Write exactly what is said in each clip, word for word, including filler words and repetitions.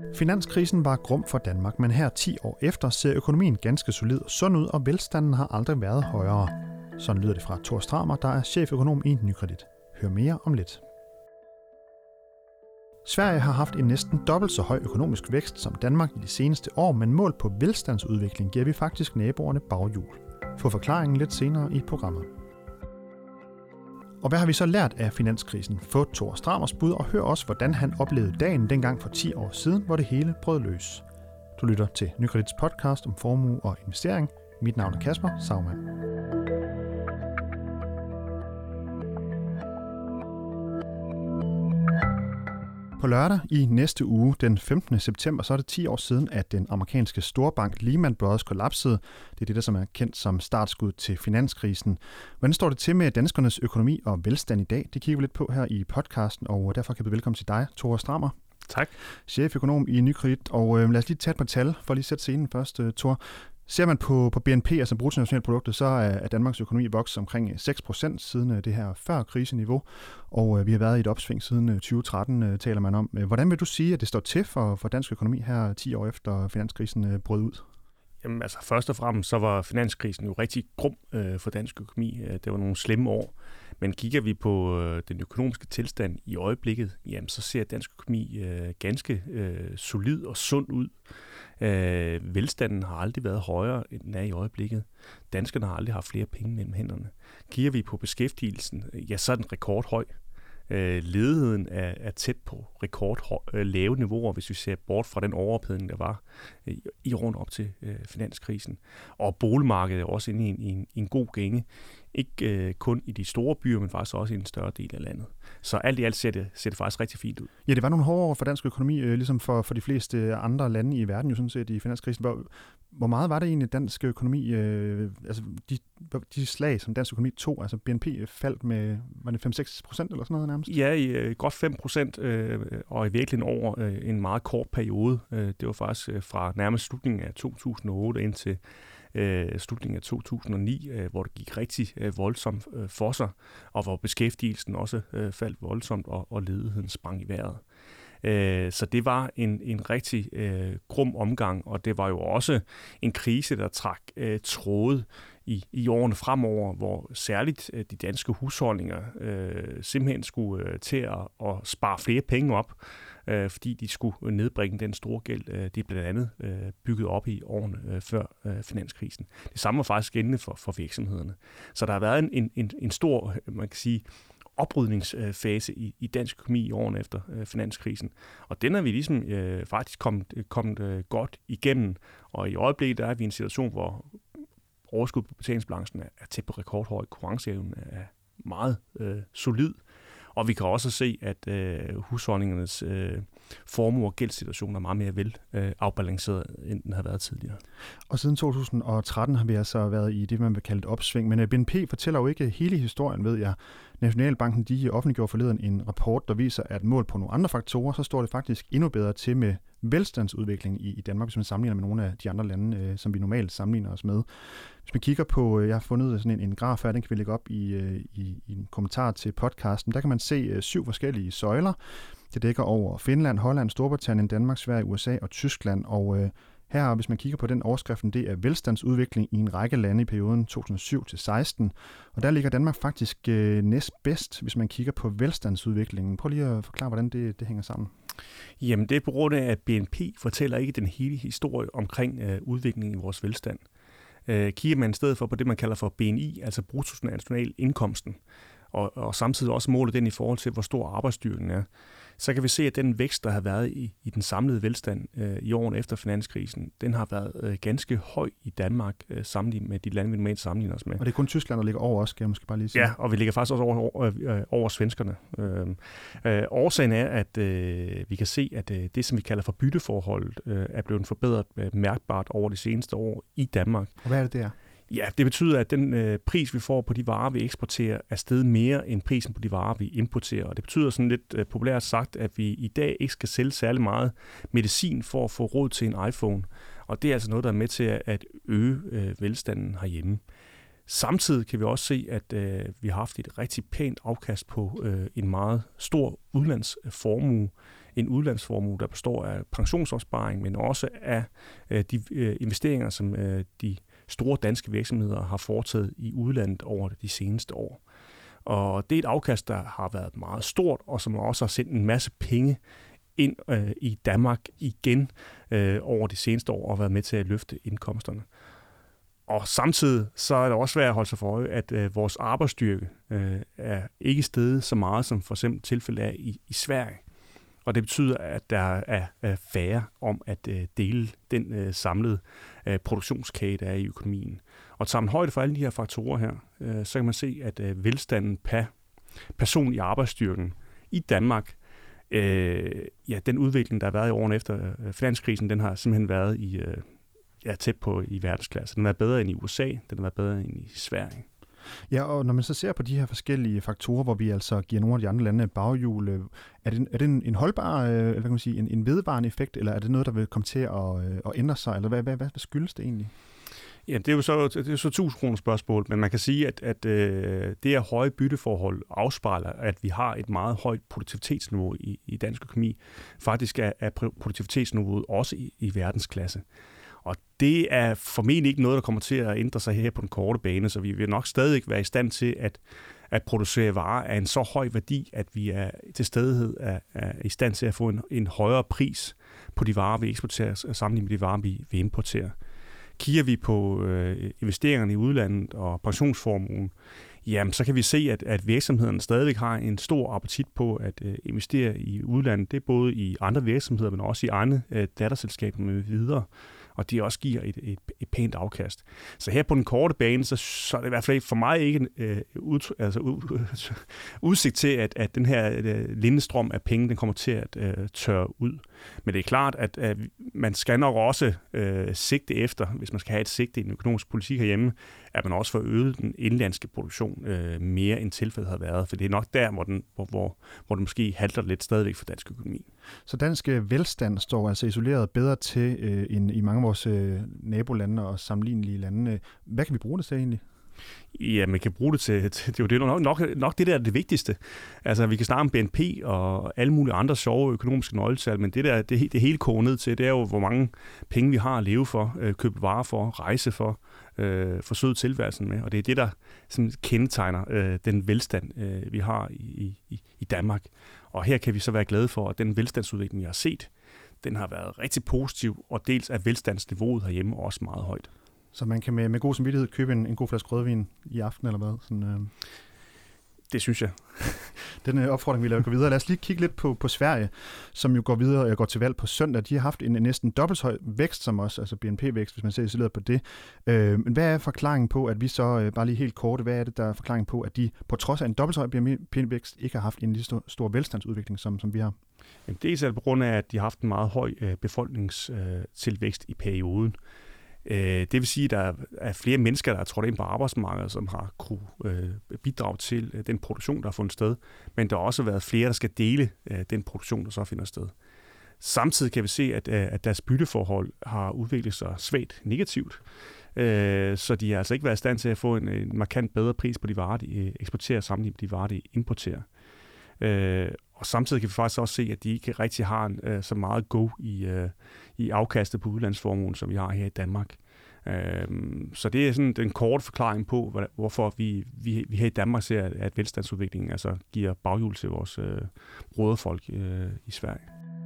Finanskrisen var grum for Danmark, men her ti år efter ser økonomien ganske solid og sund ud, og velstanden har aldrig været højere. Sådan lyder det fra Thor Stramer, der er cheføkonom i Nykredit. Hør mere om lidt. Sverige har haft en næsten dobbelt så høj økonomisk vækst som Danmark i de seneste år, men målt på velstandsudvikling giver vi faktisk naboerne baghjul. Få forklaringen lidt senere i programmet. Og hvad har vi så lært af finanskrisen? Få Thor Stramers bud og hør også, hvordan han oplevede dagen dengang for ti år siden, hvor det hele brød løs. Du lytter til Nykredits podcast om formue og investering. Mit navn er Kasper Sagmann. På lørdag i næste uge, den femtende september, så er det ti år siden, at den amerikanske storbank Lehman Brothers kollapsede. Det er det, der som er kendt som startskud til finanskrisen. Hvordan står det til med danskernes økonomi og velstand i dag? Det kigger vi lidt på her i podcasten, og derfor kan vi velkommen til dig, Thor Stramer. Tak. Cheføkonom i Nykredit, og øh, lad os lige tage et par tal for at lige sætte scenen først, øh, Thor. Ser man på, på B N P, altså bruttonationalproduktet, så er Danmarks økonomi vokset omkring seks procent siden det her før kriseniveau, og vi har været i et opsving siden tyve tretten, taler man om. Hvordan vil du sige, at det står til for, for dansk økonomi her ti år efter finanskrisen brød ud? Jamen altså først og fremmest så var finanskrisen jo rigtig grum øh, for dansk økonomi. Det var nogle slemme år. Men kigger vi på øh, den økonomiske tilstand i øjeblikket, jamen så ser dansk økonomi øh, ganske øh, solid og sund ud. Øh, velstanden har aldrig været højere, end den er i øjeblikket. Danskerne har aldrig haft flere penge mellem hænderne. Kigger vi på beskæftigelsen, ja, så er den rekordhøj. Øh, ledigheden er, er tæt på rekordhøj, øh, lave niveauer, hvis vi ser bort fra den overophedning, der var øh, i rundt op til øh, finanskrisen. Og boligmarkedet er også inde i en, i en, i en god gænge. Ikke øh, kun i de store byer, men faktisk også i en større del af landet. Så alt i alt ser det, ser det faktisk rigtig fint ud. Ja, det var nogle hårde år for dansk økonomi, øh, ligesom for, for de fleste andre lande i verden, jo sådan set i finanskrisen. Hvor, hvor meget var det egentlig dansk økonomi, øh, altså de, de slag, som dansk økonomi tog, altså B N P faldt med, var det fem til seks procent eller sådan noget nærmest? Ja, i, øh, godt fem procent, øh, og i virkeligheden over øh, en meget kort periode. Øh, det var faktisk øh, fra nærmest slutningen af to tusind og otte ind til Øh, slutningen af to tusind og ni, øh, hvor det gik rigtig øh, voldsomt øh, for sig, og hvor beskæftigelsen også øh, faldt voldsomt, og, og ledigheden sprang i vejret. Øh, så det var en, en rigtig øh, grum omgang, og det var jo også en krise, der trak øh, tråde i, i årene fremover, hvor særligt øh, de danske husholdninger øh, simpelthen skulle øh, til at, at spare flere penge op, øh, fordi de skulle nedbringe den store gæld, øh, de blandt andet øh, bygget op i årene øh, før øh, finanskrisen. Det samme var faktisk gældende for, for virksomhederne. Så der har været en, en, en stor, man kan sige, oprydningsfase i, i dansk økonomi i årene efter øh, finanskrisen. Og den er vi ligesom øh, faktisk kommet, kommet øh, godt igennem, og i øjeblikket der er vi i en situation, hvor overskud på betalingsbalancen er, er tæt på rekordhøj, konkurrenceevnen er meget øh, solid, og vi kan også se, at øh, husholdningernes øh, formue- og gældssituation er meget mere vel øh, afbalanceret, end den har været tidligere. Og siden to tusind og tretten har vi altså været i det, man vil kalde et opsving, men B N P fortæller jo ikke hele historien, ved jeg. Nationalbanken de offentliggjorde forleden en rapport, der viser, at mål på nogle andre faktorer, så står det faktisk endnu bedre til med velstandsudvikling i, i Danmark, hvis man sammenligner med nogle af de andre lande, øh, som vi normalt sammenligner os med. Hvis man kigger på, øh, jeg har fundet sådan en, en graf her, den kan vi lægge op i, øh, i, i en kommentar til podcasten, der kan man se øh, syv forskellige søjler. Det dækker over Finland, Holland, Storbritannien, Danmark, Sverige, U S A og Tyskland, og øh, her, hvis man kigger på den overskriften, det er velstandsudvikling i en række lande i perioden to tusind og syv til seksten. Og der ligger Danmark faktisk øh, næst bedst, hvis man kigger på velstandsudviklingen. Prøv lige at forklare, hvordan det, det hænger sammen. Jamen, det er på grund af, at B N P fortæller ikke den hele historie omkring øh, udviklingen i vores velstand. Øh, kigger man i stedet for på det, man kalder for B N I, altså bruttonationalindkomsten, og, og samtidig også måler den i forhold til, hvor stor arbejdsstyrken er, så kan vi se, at den vækst, der har været i, i den samlede velstand øh, i årene efter finanskrisen, den har været øh, ganske høj i Danmark, øh, sammenlignet med de lande, vi normalt sammenligner os med. Og det er kun Tyskland, der ligger over os, skal jeg måske bare lige sige. Ja, og vi ligger faktisk også over, over, øh, over svenskerne. Øh, øh, årsagen er, at øh, vi kan se, at øh, det, som vi kalder for bytteforholdet, øh, er blevet forbedret øh, mærkbart over de seneste år i Danmark. Og hvad er det der? Ja, det betyder, at den øh, pris, vi får på de varer, vi eksporterer, er steget mere end prisen på de varer, vi importerer. Og det betyder sådan lidt øh, populært sagt, at vi i dag ikke skal sælge særlig meget medicin for at få råd til en iPhone. Og det er altså noget, der er med til at øge øh, velstanden herhjemme. Samtidig kan vi også se, at øh, vi har haft et rigtig pænt afkast på øh, en meget stor udlandsformue. en udlandsformue, der består af pensionsopsparing, men også af øh, de øh, investeringer, som øh, de store danske virksomheder har foretaget i udlandet over de seneste år. Og det er et afkast, der har været meget stort, og som også har sendt en masse penge ind øh, i Danmark igen øh, over de seneste år og været med til at løfte indkomsterne. Og samtidig så er det også svært at holde sig for øje, at øh, vores arbejdsstyrke øh, er ikke steget så meget, som for eksempel tilfældet er i, i Sverige. Og det betyder, at der er, er færre om at øh, dele den øh, samlede øh, produktionskage, der er i økonomien. Og tager man højde for alle de her faktorer her, øh, så kan man se, at øh, velstanden per person i arbejdsstyrken i Danmark, øh, ja, den udvikling, der har været i årene efter øh, finanskrisen, den har simpelthen været i, øh, ja, tæt på i verdensklasse. Den har været bedre end i U S A, den har været bedre end i Sverige. Ja, og når man så ser på de her forskellige faktorer, hvor vi altså giver nogle af de andre lande baghjul, er det, er det en, en holdbar, eller hvad kan man sige, en, en vedvarende effekt, eller er det noget, der vil komme til at, at ændre sig, eller hvad, hvad, hvad skyldes det egentlig? Ja, det er jo så, det er så tusind kroner spørgsmål, men man kan sige, at, at øh, det her høje bytteforhold afspejler, at vi har et meget højt produktivitetsniveau i, i dansk økonomi. Faktisk er, er produktivitetsniveauet også i, i verdensklasse. Og det er formentlig ikke noget, der kommer til at ændre sig her på den korte bane, så vi vil nok stadig være i stand til at, at producere varer af en så høj værdi, at vi er til stedighed er, er i stand til at få en, en højere pris på de varer, vi eksporterer, sammenlignet med de varer, vi, vi importerer. Kigger vi på øh, investeringerne i udlandet og pensionsformuen, jamen så kan vi se, at, at virksomhederne stadigvæk har en stor appetit på at øh, investere i udlandet. Det er både i andre virksomheder, men også i andre øh, datterselskaber med videre, og det også giver et, et, et pænt afkast. Så her på den korte bane, så, så er det i hvert fald for mig ikke øh, ud, altså, ud, udsigt til, at, at den her øh, lindestrøm af penge, den kommer til at øh, tørre ud. Men det er klart, at, at man skal nok også øh, sigte efter, hvis man skal have et sigte i den økonomiske politik herhjemme, at man også får øget den indlandske produktion øh, mere end tilfældet har været. For det er nok der, hvor, den, hvor, hvor, hvor det måske halter lidt stadigvæk for dansk økonomi. Så dansk velstand står altså isoleret bedre til øh, end i mange af vores øh, nabolande og sammenlignelige lande. Hvad kan vi bruge det til egentlig? Ja, man kan bruge det til, til det er jo det, nok, nok, nok det der er det vigtigste. Altså, vi kan snakke om B N P og alle mulige andre sjove økonomiske nøgletal, men det der, det, det hele koger ned til, det er jo, hvor mange penge vi har at leve for, øh, købe varer for, rejse for, øh, forsøge tilværelsen med, og det er det, der sådan, kendetegner øh, den velstand, øh, vi har i, i, i Danmark. Og her kan vi så være glade for, at den velstandsudvikling, vi har set, den har været rigtig positiv, og dels er velstandsniveauet herhjemme også meget højt. Så man kan med, med god samvittighed købe en, en god flaske rødvin i aften, eller hvad? Sådan, øh... Det synes jeg. Den øh, opfordring vil jeg gå videre. Lad os lige kigge lidt på, på Sverige, som jo går videre og går til valg på søndag. De har haft en, en næsten dobbelt høj vækst som os, altså B N P-vækst, hvis man ser isoleret på det. Øh, men hvad er forklaringen på, at vi så, øh, bare lige helt kort, hvad er det, der er forklaringen på, at de på trods af en dobbelt høj B N P-vækst ikke har haft en lige stor, stor velstandsudvikling, som, som vi har? Jamen, det er selv på grund af, at de har haft en meget høj øh, befolkningstilvækst øh, i perioden. Det vil sige, at der er flere mennesker, der er trådt ind på arbejdsmarkedet, som har kunne bidrage til den produktion, der har fundet sted. Men der har også været flere, der skal dele den produktion, der så finder sted. Samtidig kan vi se, at deres bytteforhold har udviklet sig svagt negativt. Så de har altså ikke været i stand til at få en markant bedre pris på de varer, de eksporterer, sammenlignet med de varer, de importerer. Og samtidig kan vi faktisk også se, at de ikke rigtig har en, så meget go i, i afkastet på udlandsformuen, som vi har her i Danmark. Så det er sådan den korte forklaring på, hvorfor vi, vi, vi her i Danmark ser, at velstandsudviklingen altså giver baghjul til vores øh, broderfolk øh, i Sverige.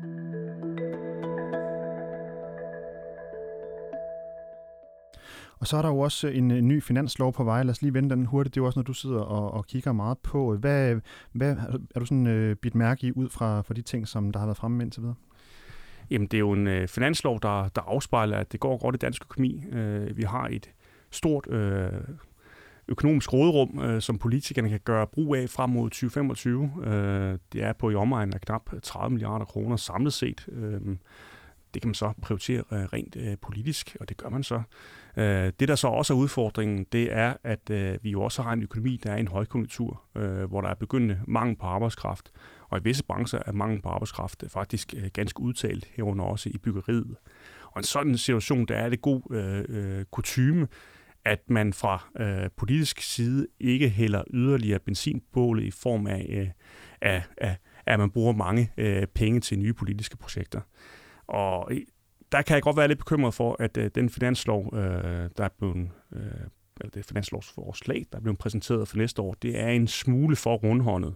Og så er der jo også en, en ny finanslov på vej. Lad os lige vende den hurtigt. Det er jo også noget, du sidder og, og kigger meget på. Hvad, hvad er du sådan øh, bidt mærke i ud fra, fra de ting, som der har været fremme indtil videre? Jamen, det er jo en øh, finanslov, der, der afspejler, at det går godt i dansk økonomi. Øh, vi har et stort øh, økonomisk råderum, øh, som politikerne kan gøre brug af frem mod tyve femogtyve. Øh, det er på i omegnen af knap tredive milliarder kroner samlet set. Øh, Det kan man så prioritere øh, rent øh, politisk, og det gør man så. Øh, det, der så også er udfordringen, det er, at øh, vi jo også har en økonomi, der er i en højkonjunktur, øh, hvor der er begyndende mangel på arbejdskraft. Og i visse brancher er mangel på arbejdskraft faktisk øh, ganske udtalt, herunder også i byggeriet. Og i en sådan situation, der er det god øh, øh, kutyme, at man fra øh, politisk side ikke hælder yderligere benzinbålet i form af, øh, af, af at man bruger mange øh, penge til nye politiske projekter. Og der kan jeg godt være lidt bekymret for, at øh, den finanslov, øh, der er blevet, øh, eller det finanslovsforslag, der er blevet præsenteret for næste år, det er en smule for rundhåndet.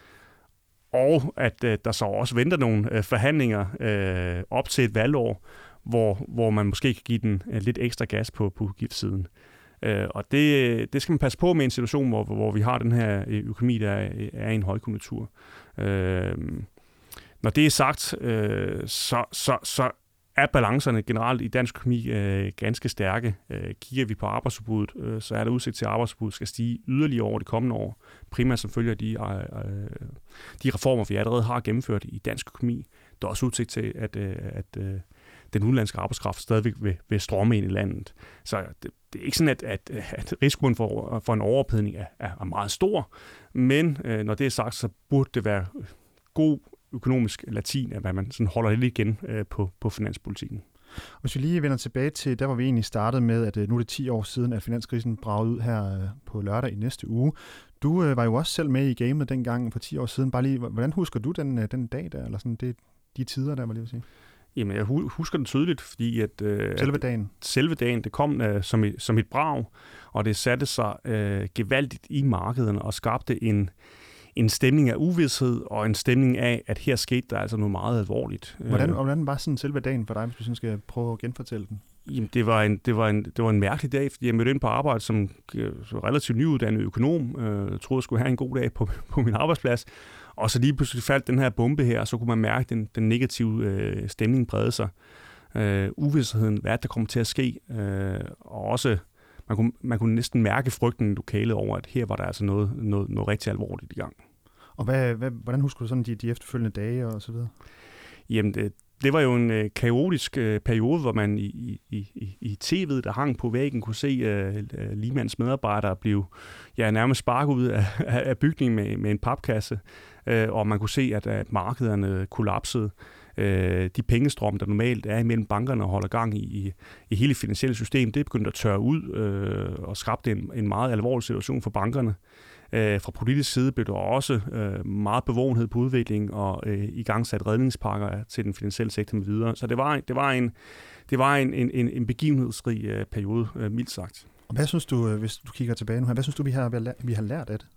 Og at øh, der så også venter nogle øh, forhandlinger øh, op til et valgår, hvor, hvor man måske kan give den øh, lidt ekstra gas på, på udgiftssiden. Øh, og det, det skal man passe på med en situation, hvor, hvor vi har den her økonomi, der er, er i en højkonjunktur. Øh, når det er sagt, øh, så, så, så er balancerne generelt i dansk økonomi øh, ganske stærke. Øh, kigger vi på arbejdsudbuddet, øh, så er der udsigt til, at arbejdsudbuddet skal stige yderligere over de kommende år. Primært som følger de, øh, de reformer, vi allerede har gennemført i dansk økonomi. Der er også udsigt til, at, øh, at øh, den udenlandske arbejdskraft stadigvæk vil, vil strømme ind i landet. Så det, det er ikke sådan, at, at, at risikoen for, for en overophedning er, er meget stor, men øh, når det er sagt, så burde det være god økonomisk latin, at man sådan holder lidt igen øh, på, på finanspolitikken. Hvis vi lige vender tilbage til, der hvor vi egentlig startede med, at øh, nu er det ti år siden, at finanskrisen bragede ud her øh, på lørdag i næste uge. Du øh, var jo også selv med i gamet dengang for ti år siden. Bare lige, hvordan husker du den, øh, den dag der, eller sådan det, de tider der, var lige at sige? Jamen, jeg husker den tydeligt, fordi at... Øh, selve dagen? At selve dagen, det kom øh, som, et, som et brag, og det satte sig øh, gevaldigt i markederne og skabte en en stemning af uvished og en stemning af, at her skete der altså noget meget alvorligt. Hvordan, hvordan var sådan selve dagen for dig, hvis du sådan skal prøve at genfortælle den? Jamen, det var en, det var en, det var en mærkelig dag, fordi jeg mødte ind på arbejde som relativt nyuddannet økonom. Jeg troede, jeg skulle have en god dag på, på min arbejdsplads. Og så lige pludselig faldt den her bombe her, og så kunne man mærke den, den negative øh, stemning brede sig. Øh, uvidsheden, hvad der kommer til at ske, øh, og også Man kunne, man kunne næsten mærke frygten i lokalet over, at her var der altså noget, noget, noget rigtig alvorligt i gang. Og hvad, hvad, hvordan husker du sådan de, de efterfølgende dage og så videre? Jamen, det, det var jo en øh, kaotisk øh, periode, hvor man i, i, i, i T V'et, der hang på væggen, kunne se øh, Lehmanns medarbejdere blive ja, nærmest sparket ud af, af bygningen med, med en papkasse, øh, og man kunne se, at, at markederne kollapsede. De pengestrøm, der normalt er imellem bankerne og holder gang i, i hele det finansielle system, det begyndte at tørre ud øh, og skabte en, en meget alvorlig situation for bankerne. Øh, fra politisk side blev der også øh, meget bevågenhed på udvikling og øh, igangsat redningspakker til den finansielle sektor med videre. Så det var, det var en, det var en, en, en begivenhedsrig øh, periode, øh, mildt sagt. Og hvad synes du, hvis du kigger tilbage nu her, hvad synes du, vi har, vi har lært af det?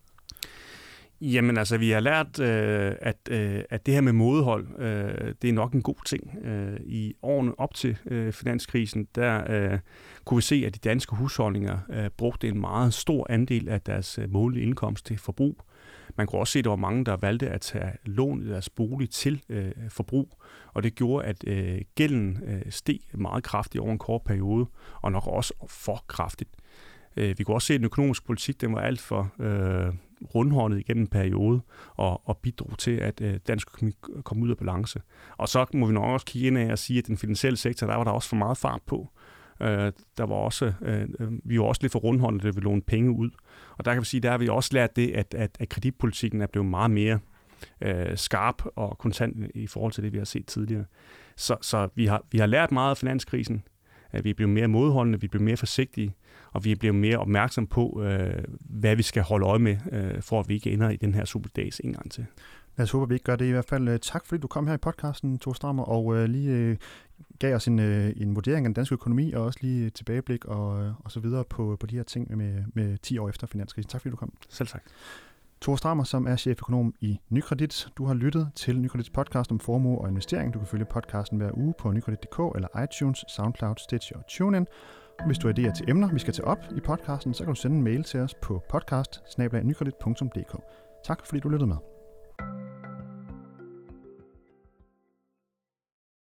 Jamen altså, vi har lært, øh, at, øh, at det her med mådehold, øh, det er nok en god ting. Øh, I årene op til øh, finanskrisen, der øh, kunne vi se, at de danske husholdninger øh, brugte en meget stor andel af deres øh, månedlige indkomst til forbrug. Man kunne også se, at der var mange, der valgte at tage lån i deres bolig til øh, forbrug, og det gjorde, at øh, gælden øh, steg meget kraftigt over en kort periode, og nok også for kraftigt. Vi kunne også se, at den økonomiske politik, den var alt for øh, rundhåndet igennem en periode, og, og bidrog til, at øh, dansk økonomi kom ud af balance. Og så må vi nok også kigge ind af og sige, at den finansielle sektor, der var der også for meget fart på. Øh, der var også, øh, vi var også lidt for rundhåndet, da vi lånte penge ud. Og der kan vi sige, der har vi også lært det, at, at, at kreditpolitikken er blevet meget mere øh, skarp og kontant i forhold til det, vi har set tidligere. Så, så vi, har, vi har lært meget af finanskrisen. Vi er blevet mere modholdende, vi er blevet mere forsigtige, og vi er blevet mere opmærksom på, øh, hvad vi skal holde øje med, øh, for at vi ikke ender i den her superdags en gang til. Lad os håbe, at vi ikke gør det i hvert fald. Tak fordi du kom her i podcasten, Tore Strammer, og øh, lige øh, gav os en, øh, en vurdering af den danske økonomi, og også lige et tilbageblik og, og så videre på, på de her ting med, med ti år efter finanskrisen. Tak fordi du kom. Selv tak. Tore Strammer, som er cheføkonom i Nykredit. Du har lyttet til Nykredits podcast om formue og investering. Du kan følge podcasten hver uge på nykredit punktum d k eller iTunes, SoundCloud, Stitcher og TuneIn. Hvis du har idéer til emner, vi skal tage op i podcasten, så kan du sende en mail til os på podcast bindestreg nykredit punktum d k. Tak fordi du lyttede med.